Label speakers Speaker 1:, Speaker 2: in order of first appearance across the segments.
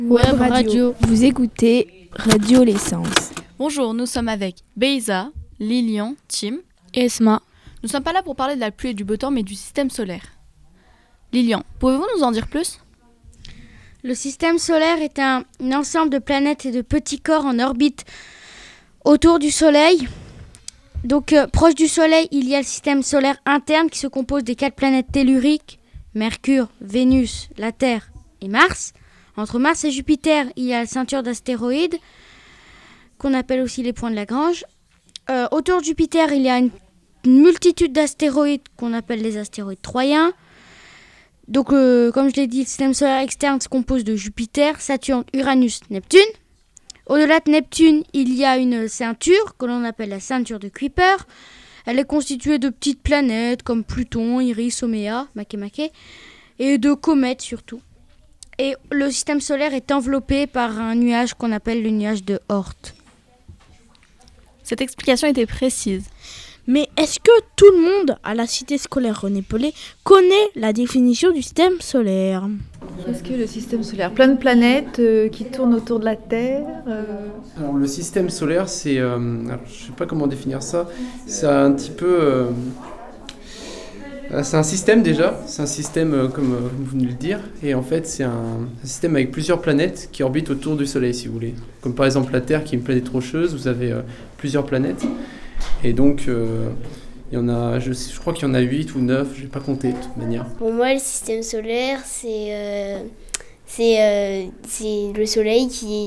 Speaker 1: Web Radio. Vous écoutez Radio L'Essence.
Speaker 2: Bonjour, nous sommes avec Beyza, Lilian, Tim
Speaker 1: et Esma.
Speaker 2: Nous ne sommes pas là pour parler de la pluie et du beau temps, mais du système solaire. Lilian, pouvez-vous nous en dire plus ?
Speaker 3: Le système solaire est un ensemble de planètes et de petits corps en orbite autour du Soleil. Donc, proche du Soleil, il y a le système solaire interne qui se compose des 4 planètes telluriques, Mercure, Vénus, la Terre et Mars. Entre Mars et Jupiter, il y a la ceinture d'astéroïdes, qu'on appelle aussi les points de Lagrange. Autour de Jupiter, il y a une multitude d'astéroïdes qu'on appelle les astéroïdes troyens. Donc, comme je l'ai dit, le système solaire externe se compose de Jupiter, Saturne, Uranus, Neptune. Au-delà de Neptune, il y a une ceinture que l'on appelle la ceinture de Kuiper. Elle est constituée de petites planètes comme Pluton, Iris, Oméa, Makemake, et de comètes surtout. Et le système solaire est enveloppé par un nuage qu'on appelle le nuage de Oort.
Speaker 2: Cette explication était précise.
Speaker 4: Mais est-ce que tout le monde à la cité scolaire René Paulet connaît la définition du système solaire ?
Speaker 5: Qu'est-ce que le système solaire ? Plein de planètes qui tournent autour de la Terre
Speaker 6: Alors le système solaire, c'est... alors, je ne sais pas comment définir ça. C'est un petit peu... c'est un système déjà. C'est un système, comme vous venez de le dire. Et en fait, c'est un système avec plusieurs planètes qui orbitent autour du Soleil, si vous voulez. Comme par exemple la Terre, qui est une planète rocheuse. Vous avez plusieurs planètes. Et donc, il y en a, je crois qu'il y en a 8 ou 9, je n'ai pas compté de toute manière.
Speaker 7: Pour moi, le système solaire, c'est le Soleil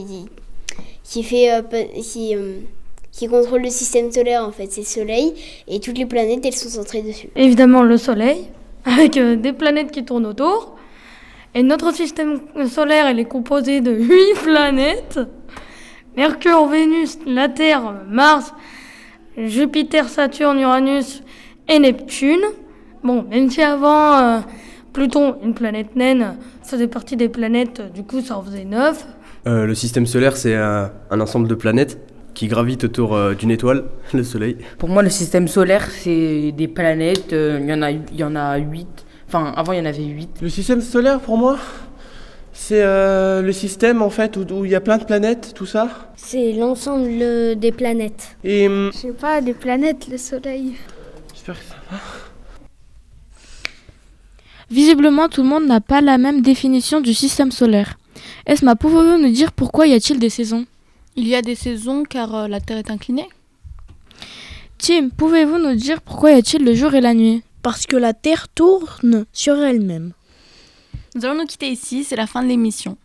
Speaker 7: qui contrôle le système solaire, en fait. C'est le Soleil et toutes les planètes, elles sont centrées dessus.
Speaker 8: Évidemment, le Soleil, avec des planètes qui tournent autour. Et notre système solaire, il est composé de 8 planètes. Mercure, Vénus, la Terre, Mars, Jupiter, Saturne, Uranus et Neptune. Bon, même si avant, Pluton, une planète naine, faisait partie des planètes, du coup ça en faisait 9.
Speaker 9: Le système solaire, c'est un ensemble de planètes qui gravitent autour d'une étoile, le Soleil.
Speaker 10: Pour moi, le système solaire, c'est des planètes, il y en a 8. Enfin, avant, il y en avait 8.
Speaker 11: Le système solaire, pour moi, c'est le système en fait où il y a plein de planètes, tout ça.
Speaker 3: C'est l'ensemble des planètes.
Speaker 11: Et
Speaker 3: je sais pas, des planètes, le Soleil.
Speaker 11: J'espère que ça va.
Speaker 1: Visiblement, tout le monde n'a pas la même définition du système solaire. Esma, pouvez-vous nous dire pourquoi y a-t-il des saisons ?
Speaker 2: Il y a des saisons car la Terre est inclinée.
Speaker 1: Tim, pouvez-vous nous dire pourquoi y a-t-il le jour et la nuit ?
Speaker 4: Parce que la Terre tourne sur elle-même.
Speaker 2: Nous allons nous quitter ici, c'est la fin de l'émission.